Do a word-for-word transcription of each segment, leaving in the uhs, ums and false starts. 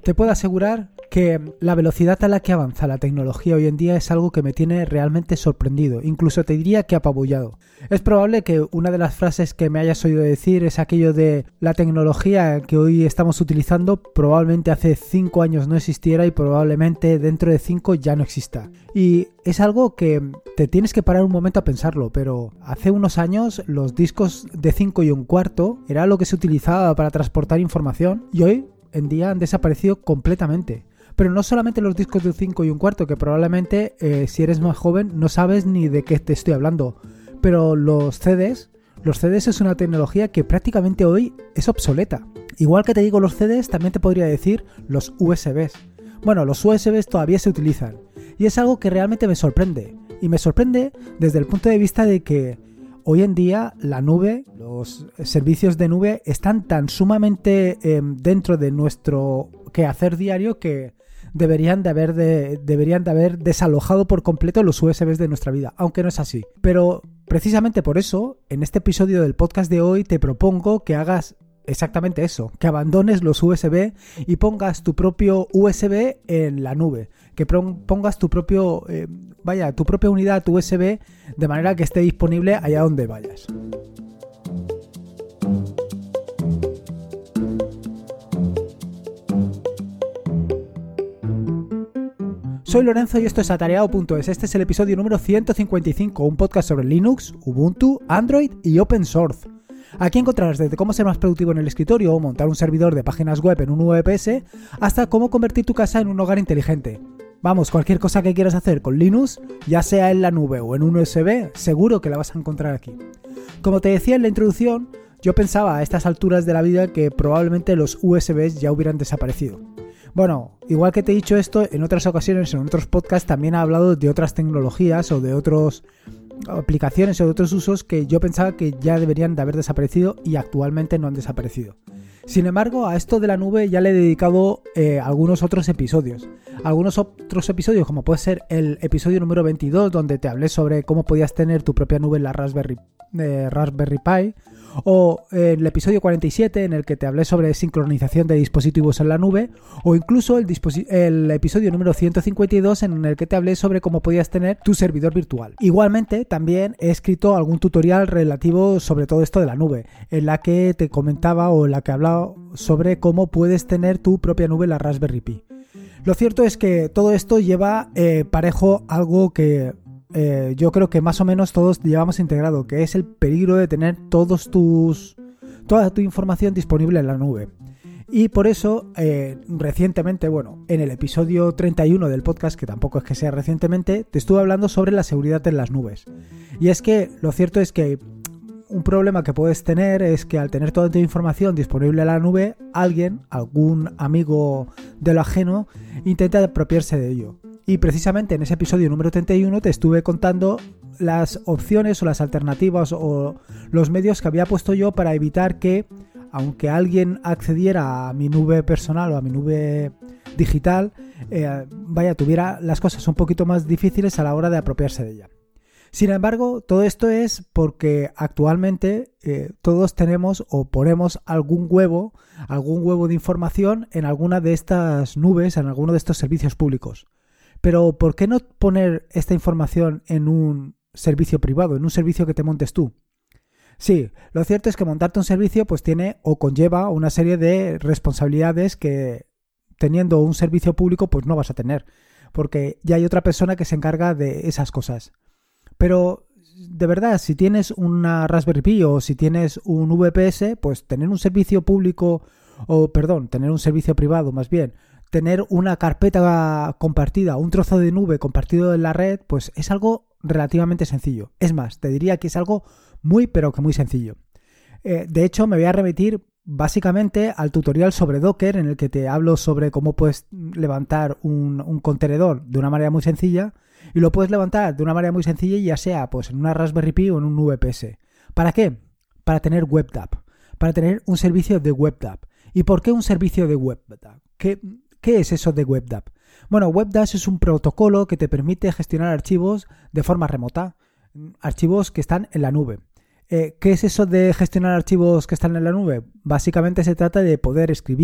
Te puedo asegurar que la velocidad a la que avanza la tecnología hoy en día es algo que me tiene realmente sorprendido, incluso te diría que apabullado. Es probable que una de las frases que me hayas oído decir es aquello de la tecnología que hoy estamos utilizando probablemente hace cinco años no existiera y probablemente dentro de cinco ya no exista. Y es algo que te tienes que parar un momento a pensarlo, pero hace unos años los discos de cinco y un cuarto era lo que se utilizaba para transportar información y hoy en día han desaparecido completamente. Pero no solamente los discos de cinco y un cuarto, que probablemente eh, si eres más joven no sabes ni de qué te estoy hablando. Pero los C Ds, los C Ds es una tecnología que prácticamente hoy es obsoleta. Igual que te digo los C Ds, también te podría decir los U S Bs. Bueno, los U S Bs todavía se utilizan. Y es algo que realmente me sorprende. Y me sorprende desde el punto de vista de que hoy en día la nube, los servicios de nube están tan sumamente eh, dentro de nuestro quehacer diario que deberían de, haber de, deberían de haber desalojado por completo los U S Bs de nuestra vida, aunque no es así. Pero precisamente por eso, en este episodio del podcast de hoy te propongo que hagas exactamente eso, que abandones los U S B y pongas tu propio U S B en la nube, que pongas tu propio, eh, vaya, tu propia unidad U S B de manera que esté disponible allá donde vayas. Soy Lorenzo y esto es atareado punto es. Este es el episodio número ciento cincuenta y cinco, un podcast sobre Linux, Ubuntu, Android y Open Source. Aquí encontrarás desde cómo ser más productivo en el escritorio o montar un servidor de páginas web en un V P S hasta cómo convertir tu casa en un hogar inteligente. Vamos, cualquier cosa que quieras hacer con Linux, ya sea en la nube o en un U S B, seguro que la vas a encontrar aquí. Como te decía en la introducción, yo pensaba a estas alturas de la vida que probablemente los U S Bs ya hubieran desaparecido. Bueno, igual que te he dicho esto, en otras ocasiones, en otros podcasts también he hablado de otras tecnologías o de otras aplicaciones o de otros usos que yo pensaba que ya deberían de haber desaparecido y actualmente no han desaparecido. Sin embargo, a esto de la nube ya le he dedicado eh, algunos otros episodios. Algunos otros episodios, como puede ser el episodio número veintidós, donde te hablé sobre cómo podías tener tu propia nube en la Raspberry, eh, Raspberry Pi, o eh, el episodio cuarenta y siete, en el que te hablé sobre sincronización de dispositivos en la nube, o incluso el, disposi- el episodio número ciento cincuenta y dos, en el que te hablé sobre cómo podías tener tu servidor virtual. Igualmente, también he escrito algún tutorial relativo sobre todo esto de la nube, en la que te comentaba o en la que hablaba sobre cómo puedes tener tu propia nube en la Raspberry Pi. Lo cierto es que todo esto lleva eh, parejo algo que eh, yo creo que más o menos todos llevamos integrado, que es el peligro de tener todos tus, toda tu información disponible en la nube. Y por eso, eh, recientemente, bueno, en el episodio treinta y uno del podcast, que tampoco es que sea recientemente, te estuve hablando sobre la seguridad en las nubes. Y es que lo cierto es que un problema que puedes tener es que al tener toda tu información disponible en la nube, alguien, algún amigo de lo ajeno, intenta apropiarse de ello. Y precisamente en ese episodio número treinta y uno te estuve contando las opciones o las alternativas o los medios que había puesto yo para evitar que, aunque alguien accediera a mi nube personal o a mi nube digital, eh, vaya, tuviera las cosas un poquito más difíciles a la hora de apropiarse de ella. Sin embargo, todo esto es porque actualmente eh, todos tenemos o ponemos algún huevo, algún huevo de información en alguna de estas nubes, en alguno de estos servicios públicos. Pero ¿por qué no poner esta información en un servicio privado, en un servicio que te montes tú? Sí, lo cierto es que montarte un servicio pues tiene o conlleva una serie de responsabilidades que teniendo un servicio público pues no vas a tener, porque ya hay otra persona que se encarga de esas cosas. Pero de verdad, si tienes una Raspberry Pi o si tienes un V P S, pues tener un servicio público, o perdón, tener un servicio privado más bien, tener una carpeta compartida, un trozo de nube compartido en la red, pues es algo relativamente sencillo. Es más, te diría que es algo muy pero que muy sencillo. Eh, de hecho, me voy a remitir básicamente al tutorial sobre Docker, en el que te hablo sobre cómo puedes levantar un, un contenedor de una manera muy sencilla. Y lo puedes levantar de una manera muy sencilla, ya sea pues en una Raspberry Pi o en un V P S. ¿Para qué? Para tener WebDAV. Para tener un servicio de WebDAV. ¿Y por qué un servicio de WebDAV? ¿Qué, qué es eso de WebDAV? Bueno, WebDAV es un protocolo que te permite gestionar archivos de forma remota. Archivos que están en la nube. Eh, ¿Qué es eso de gestionar archivos que están en la nube? Básicamente se trata de poder escribir,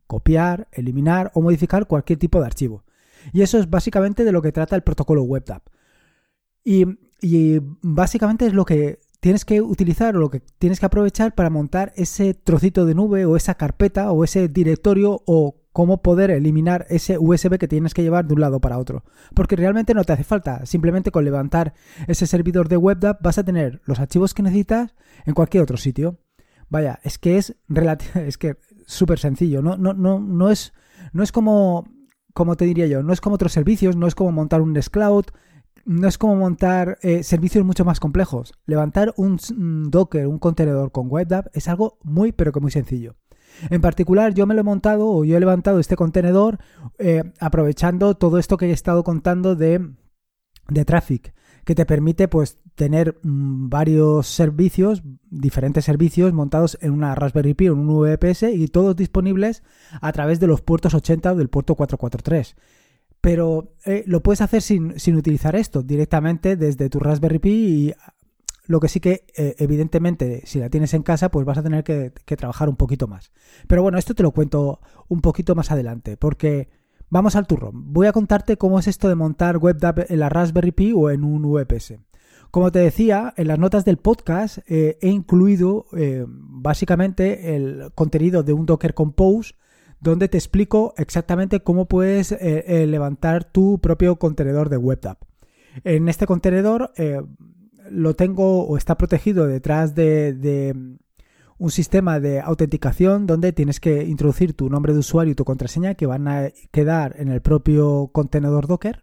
copiar, eliminar o modificar cualquier tipo de archivo. Y eso es básicamente de lo que trata el protocolo WebDAV. Y, y básicamente es lo que tienes que utilizar o lo que tienes que aprovechar para montar ese trocito de nube o esa carpeta o ese directorio o cómo poder eliminar ese U S B que tienes que llevar de un lado para otro. Porque realmente no te hace falta. Simplemente con levantar ese servidor de WebDAV vas a tener los archivos que necesitas en cualquier otro sitio. Vaya, es que es relati- es que súper sencillo. No, no, no, no es, no es como, como te diría yo, no es como otros servicios, no es como montar un Nextcloud, no es como montar eh, servicios mucho más complejos. Levantar un, un Docker, un contenedor con WebDAV es algo muy, pero que muy sencillo. En particular, yo me lo he montado o yo he levantado este contenedor eh, aprovechando todo esto que he estado contando de, de Traefik, que te permite pues tener mmm, varios servicios, diferentes servicios montados en una Raspberry Pi o en un V P S y todos disponibles a través de los puertos ochenta o del puerto cuatrocientos cuarenta y tres. Pero eh, lo puedes hacer sin, sin utilizar esto, directamente desde tu Raspberry Pi y lo que sí que eh, evidentemente si la tienes en casa pues vas a tener que, que trabajar un poquito más. Pero bueno, esto te lo cuento un poquito más adelante porque vamos al turrón. Voy a contarte cómo es esto de montar WebDAV en la Raspberry Pi o en un V P S. Como te decía, en las notas del podcast eh, he incluido eh, básicamente el contenido de un Docker Compose donde te explico exactamente cómo puedes eh, eh, levantar tu propio contenedor de WebDAV. En este contenedor eh, lo tengo o está protegido detrás de, de un sistema de autenticación donde tienes que introducir tu nombre de usuario y tu contraseña que van a quedar en el propio contenedor Docker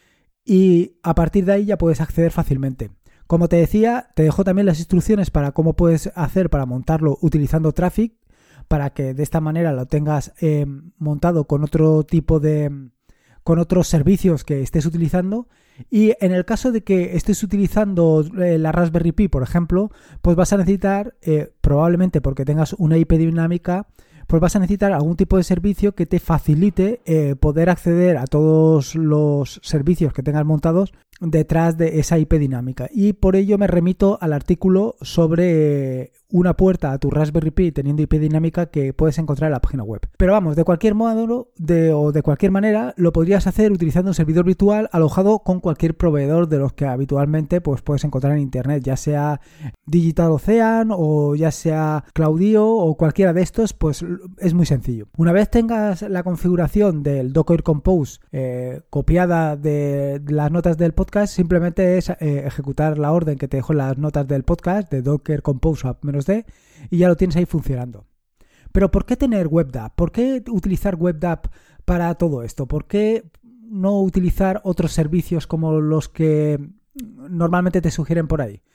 y a partir de ahí ya puedes acceder fácilmente. Como te decía, te dejo también las instrucciones para cómo puedes hacer para montarlo utilizando Traefik, para que de esta manera lo tengas eh, montado con otro tipo de... con otros servicios que estés utilizando. Y en el caso de que estés utilizando eh, la Raspberry Pi, por ejemplo, pues vas a necesitar, eh, probablemente porque tengas una I P dinámica, pues vas a necesitar algún tipo de servicio que te facilite eh, poder acceder a todos los servicios que tengas montados detrás de esa I P dinámica. Y por ello me remito al artículo sobre eh, una puerta a tu Raspberry Pi teniendo I P dinámica que puedes encontrar en la página web. Pero vamos, de cualquier modo de, o de cualquier manera lo podrías hacer utilizando un servidor virtual alojado con cualquier proveedor de los que habitualmente pues, puedes encontrar en internet, ya sea DigitalOcean o ya sea Claudio o cualquiera de estos, pues es muy sencillo. Una vez tengas la configuración del Docker Compose eh, copiada de las notas del podcast, simplemente es eh, ejecutar la orden que te dejo en las notas del podcast de Docker Compose a menos D y ya lo tienes ahí funcionando. Pero ¿por qué tener WebDAV? ¿Por qué utilizar WebDAV para todo esto? ¿Por qué no utilizar otros servicios como los que normalmente te sugieren por ahí?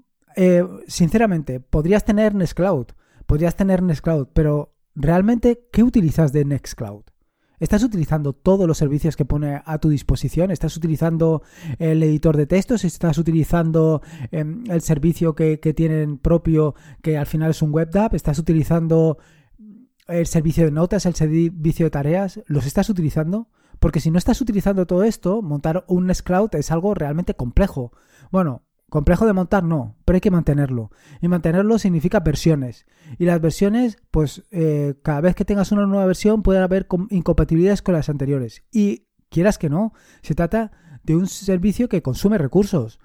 Eh, sinceramente, podrías tener Nextcloud, podrías tener Nextcloud, pero ¿realmente qué utilizas de Nextcloud? ¿Estás utilizando todos los servicios que pone a tu disposición? ¿Estás utilizando el editor de textos? ¿Estás utilizando eh, el servicio que, que tienen propio, que al final es un WebDAV? ¿Estás utilizando el servicio de notas, el servicio de tareas? ¿Los estás utilizando? Porque si no estás utilizando todo esto, montar un Nextcloud es algo realmente complejo. Bueno, complejo de montar no, pero hay que mantenerlo. Y mantenerlo significa versiones. Y las versiones, pues eh, cada vez que tengas una nueva versión puede haber incompatibilidades con las anteriores. Y quieras que no, se trata de un servicio que consume recursos.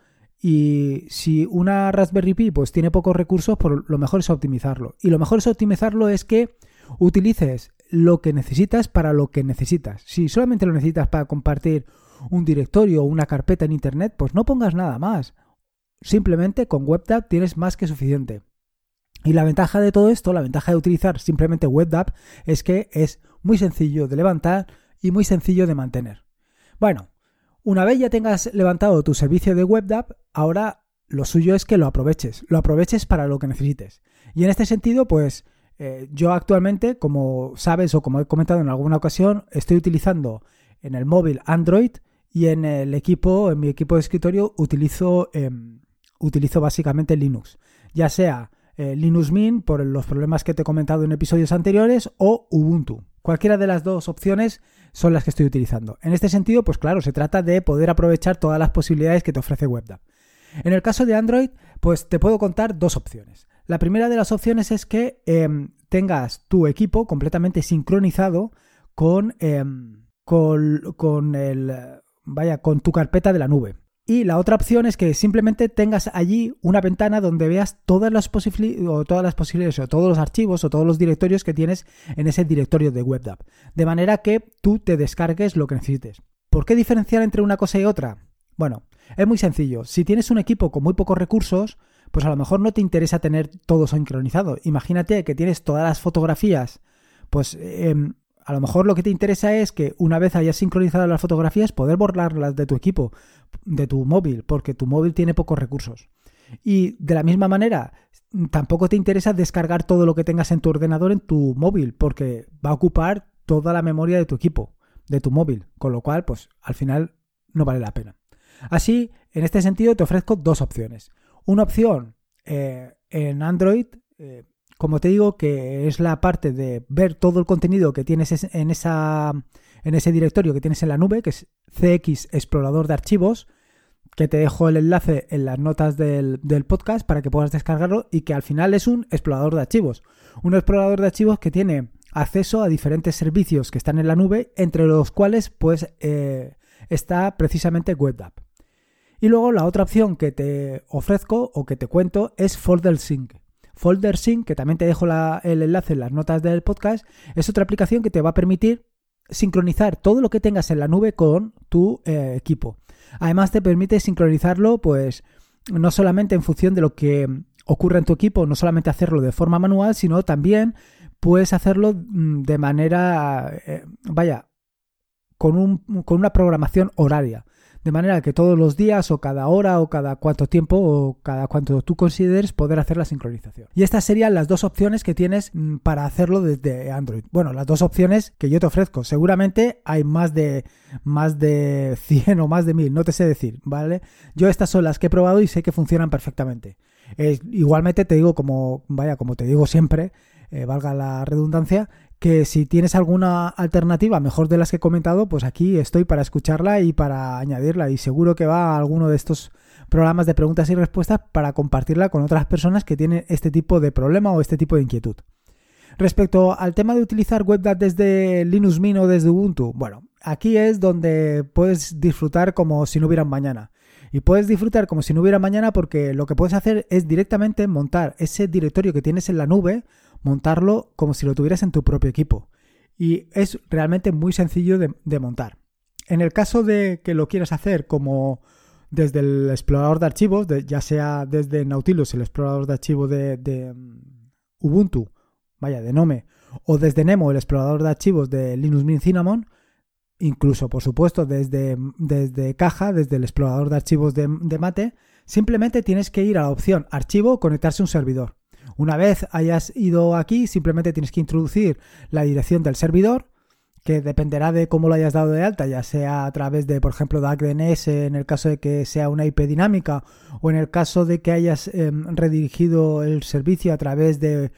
Y si una Raspberry Pi pues tiene pocos recursos, pues lo mejor es optimizarlo. Y lo mejor es optimizarlo es que utilices lo que necesitas para lo que necesitas. Si solamente lo necesitas para compartir un directorio o una carpeta en internet, pues no pongas nada más. Simplemente con WebDAV tienes más que suficiente. Y la ventaja de todo esto, la ventaja de utilizar simplemente WebDAV es que es muy sencillo de levantar y muy sencillo de mantener. Bueno, una vez ya tengas levantado tu servicio de WebDAV, ahora lo suyo es que lo aproveches. Lo aproveches para lo que necesites. Y en este sentido, pues eh, yo actualmente, como sabes o como he comentado en alguna ocasión, estoy utilizando en el móvil Android y en el equipo, en mi equipo de escritorio, utilizo... Eh, utilizo básicamente Linux, ya sea eh, Linux Mint por los problemas que te he comentado en episodios anteriores o Ubuntu. Cualquiera de las dos opciones son las que estoy utilizando. En este sentido, pues claro, se trata de poder aprovechar todas las posibilidades que te ofrece WebDAV. En el caso de Android, pues te puedo contar dos opciones. La primera de las opciones es que eh, tengas tu equipo completamente sincronizado con, eh, con, con el, vaya, con tu carpeta de la nube. Y la otra opción es que simplemente tengas allí una ventana donde veas todas las posibilidades o todas las posibilidades o todos los archivos o todos los directorios que tienes en ese directorio de WebDAV, de manera que tú te descargues lo que necesites. ¿Por qué diferenciar entre una cosa y otra? Bueno, es muy sencillo. Si tienes un equipo con muy pocos recursos, pues a lo mejor no te interesa tener todo sincronizado. Imagínate que tienes todas las fotografías, pues eh, a lo mejor lo que te interesa es que una vez hayas sincronizado las fotografías, poder borrarlas de tu equipo, de tu móvil, porque tu móvil tiene pocos recursos. Y de la misma manera, tampoco te interesa descargar todo lo que tengas en tu ordenador en tu móvil, porque va a ocupar toda la memoria de tu equipo, de tu móvil, con lo cual, pues al final no vale la pena. Así, en este sentido, te ofrezco dos opciones. Una opción eh, en Android, eh, como te digo, que es la parte de ver todo el contenido que tienes en, esa, en ese directorio que tienes en la nube, que es C X Explorador de Archivos, que te dejo el enlace en las notas del, del podcast para que puedas descargarlo, y que al final es un explorador de archivos. Un explorador de archivos que tiene acceso a diferentes servicios que están en la nube, entre los cuales pues eh, está precisamente WebDAV. Y luego la otra opción que te ofrezco o que te cuento es FolderSync. FolderSync, que también te dejo la, el enlace en las notas del podcast, es otra aplicación que te va a permitir sincronizar todo lo que tengas en la nube con tu eh, equipo. Además te permite sincronizarlo pues no solamente en función de lo que ocurre en tu equipo, no solamente hacerlo de forma manual, sino también puedes hacerlo de manera, eh, vaya, con, un, con una programación horaria. De manera que todos los días o cada hora o cada cuánto tiempo o cada cuánto tú consideres poder hacer la sincronización. Y estas serían las dos opciones que tienes para hacerlo desde Android. Bueno, las dos opciones que yo te ofrezco. Seguramente hay más de, más de cien o más de mil, no te sé decir, ¿vale? Yo estas son las que he probado y sé que funcionan perfectamente. Eh, igualmente te digo, como vaya, como te digo siempre, eh, valga la redundancia, que si tienes alguna alternativa mejor de las que he comentado, pues aquí estoy para escucharla y para añadirla, y seguro que va a alguno de estos programas de preguntas y respuestas para compartirla con otras personas que tienen este tipo de problema o este tipo de inquietud. Respecto al tema de utilizar WebDAV desde Linux Mint o desde Ubuntu, bueno, aquí es donde puedes disfrutar como si no hubiera mañana. Y puedes disfrutar como si no hubiera mañana porque lo que puedes hacer es directamente montar ese directorio que tienes en la nube, montarlo como si lo tuvieras en tu propio equipo. Y es realmente muy sencillo de, de montar. En el caso de que lo quieras hacer como desde el explorador de archivos, de, ya sea desde Nautilus, el explorador de archivos de, de um, Ubuntu, vaya, de Gnome, o desde Nemo, el explorador de archivos de Linux Mint Cinnamon, incluso, por supuesto, desde, desde caja, desde el explorador de archivos de, de Mate, simplemente tienes que ir a la opción archivo, conectarse a un servidor. Una vez hayas ido aquí, simplemente tienes que introducir la dirección del servidor, que dependerá de cómo lo hayas dado de alta, ya sea a través de, por ejemplo, D A C D N S, en el caso de que sea una I P dinámica, o en el caso de que hayas eh, redirigido el servicio a través de,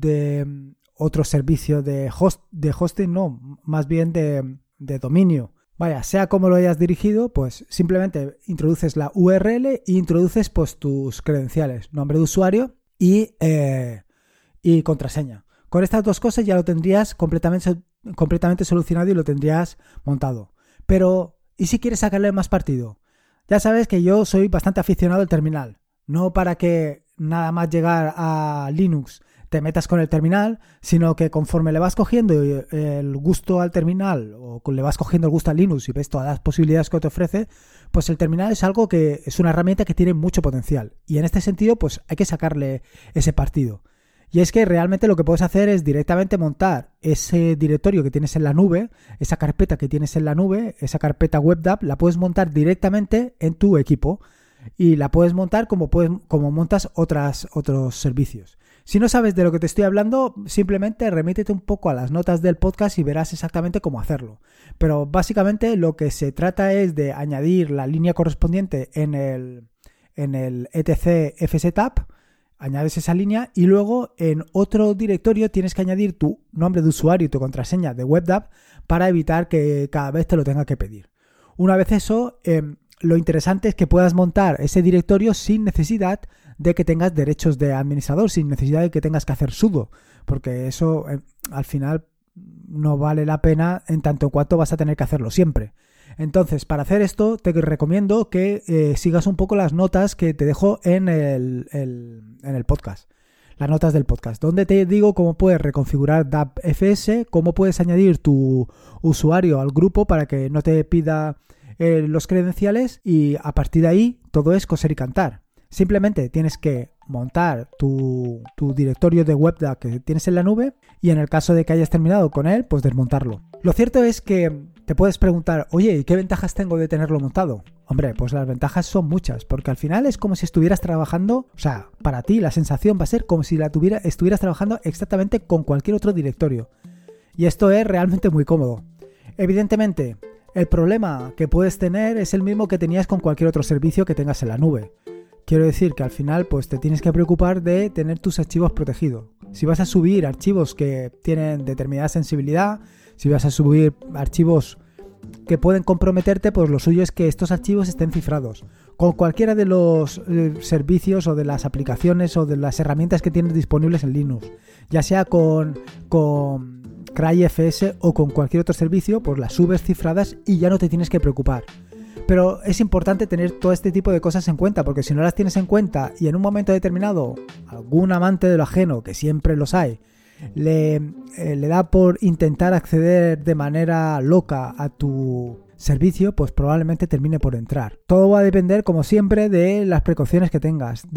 de otro servicio de, host, de hosting, no, más bien de... de dominio. Vaya, sea como lo hayas dirigido, pues simplemente introduces la U R L e introduces pues tus credenciales, nombre de usuario y, eh, y contraseña. Con estas dos cosas ya lo tendrías completamente, completamente solucionado y lo tendrías montado. Pero, ¿y si quieres sacarle más partido? Ya sabes que yo soy bastante aficionado al terminal. No para que nada más llegar a Linux te metas con el terminal, sino que conforme le vas cogiendo el gusto al terminal o le vas cogiendo el gusto al Linux y ves todas las posibilidades que te ofrece, pues el terminal es algo que es una herramienta que tiene mucho potencial, y en este sentido pues hay que sacarle ese partido. Y es que realmente lo que puedes hacer es directamente montar ese directorio que tienes en la nube, esa carpeta que tienes en la nube, esa carpeta WebDAV, la puedes montar directamente en tu equipo y la puedes montar como, puedes, como montas otras, otros servicios. Si no sabes de lo que te estoy hablando, simplemente remítete un poco a las notas del podcast y verás exactamente cómo hacerlo. Pero básicamente lo que se trata es de añadir la línea correspondiente en el, en el etc fsetup, añades esa línea y luego en otro directorio tienes que añadir tu nombre de usuario y tu contraseña de WebDAV para evitar que cada vez te lo tenga que pedir. Una vez eso, eh, lo interesante es que puedas montar ese directorio sin necesidad de que tengas derechos de administrador, sin necesidad de que tengas que hacer sudo, porque eso eh, al final no vale la pena en tanto en cuanto vas a tener que hacerlo siempre. Entonces, para hacer esto, te recomiendo que eh, sigas un poco las notas que te dejo en el, el, en el podcast. Las notas del podcast, donde te digo cómo puedes reconfigurar D A P F S, cómo puedes añadir tu usuario al grupo para que no te pida eh, los credenciales, y a partir de ahí todo es coser y cantar. Simplemente tienes que montar tu, tu directorio de web D A P que tienes en la nube, y en el caso de que hayas terminado con él, pues desmontarlo. Lo cierto es que te puedes preguntar, oye, ¿y qué ventajas tengo de tenerlo montado? Hombre, pues las ventajas son muchas, porque al final es como si estuvieras trabajando, o sea, para ti la sensación va a ser como si la tuviera, estuvieras trabajando exactamente con cualquier otro directorio. Y esto es realmente muy cómodo. Evidentemente, el problema que puedes tener es el mismo que tenías con cualquier otro servicio que tengas en la nube. Quiero decir que al final pues te tienes que preocupar de tener tus archivos protegidos. Si vas a subir archivos que tienen determinada sensibilidad, si vas a subir archivos que pueden comprometerte, pues lo suyo es que estos archivos estén cifrados. Con cualquiera de los eh, servicios o de las aplicaciones o de las herramientas que tienes disponibles en Linux, ya sea con, con CryFS o con cualquier otro servicio, pues las subes cifradas y ya no te tienes que preocupar. Pero es importante tener todo este tipo de cosas en cuenta, porque si no las tienes en cuenta y en un momento determinado algún amante de lo ajeno, que siempre los hay, le, eh, le da por intentar acceder de manera loca a tu servicio, pues probablemente termine por entrar. Todo va a depender, como siempre, de las precauciones que tengas,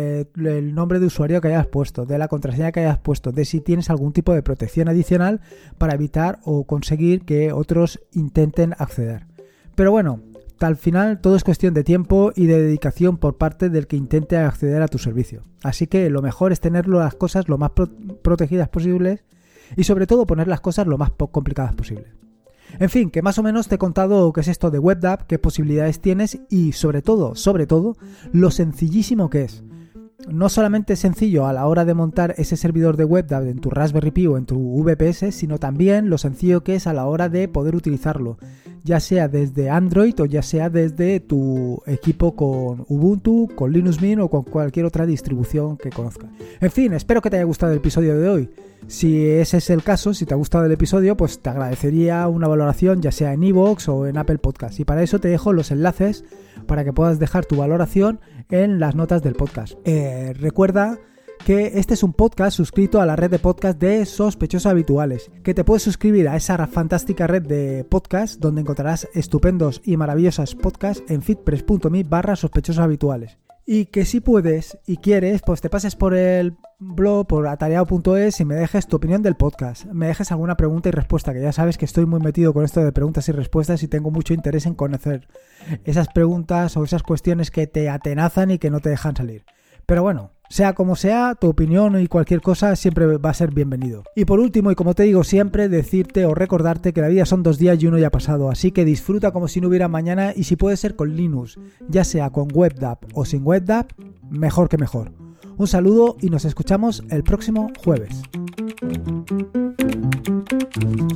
del nombre de usuario que hayas puesto, de la contraseña que hayas puesto, de si tienes algún tipo de protección adicional para evitar o conseguir que otros intenten acceder. Pero bueno, al final todo es cuestión de tiempo y de dedicación por parte del que intente acceder a tu servicio. Así que lo mejor es tener las cosas lo más pro- protegidas posibles y sobre todo poner las cosas lo más complicadas posible. En fin, que más o menos te he contado qué es esto de web D A P, qué posibilidades tienes y sobre todo, sobre todo, lo sencillísimo que es. No solamente es sencillo a la hora de montar ese servidor de web D A P en tu Raspberry Pi o en tu V P S, sino también lo sencillo que es a la hora de poder utilizarlo, ya sea desde Android o ya sea desde tu equipo con Ubuntu, con Linux Mint o con cualquier otra distribución que conozcas. En fin, espero que te haya gustado el episodio de hoy. Si ese es el caso, si te ha gustado el episodio, pues te agradecería una valoración ya sea en iVoox o en Apple Podcast. Y para eso te dejo los enlaces para que puedas dejar tu valoración en las notas del podcast. Eh, recuerda que este es un podcast suscrito a la red de podcast de Sospechosos Habituales, que te puedes suscribir a esa fantástica red de podcast donde encontrarás estupendos y maravillosos podcasts en feedpress punto me barra sospechosos habituales. Y que si puedes y quieres, pues te pases por el blog, por atareado punto es y me dejes tu opinión del podcast. Me dejes alguna pregunta y respuesta, que ya sabes que estoy muy metido con esto de preguntas y respuestas y tengo mucho interés en conocer esas preguntas o esas cuestiones que te atenazan y que no te dejan salir. Pero bueno, sea como sea, tu opinión y cualquier cosa siempre va a ser bienvenido. Y por último, y como te digo siempre, decirte o recordarte que la vida son dos días y uno ya ha pasado, así que disfruta como si no hubiera mañana y si puede ser con Linux, ya sea con web D A P o sin web D A P, mejor que mejor. Un saludo y nos escuchamos el próximo jueves.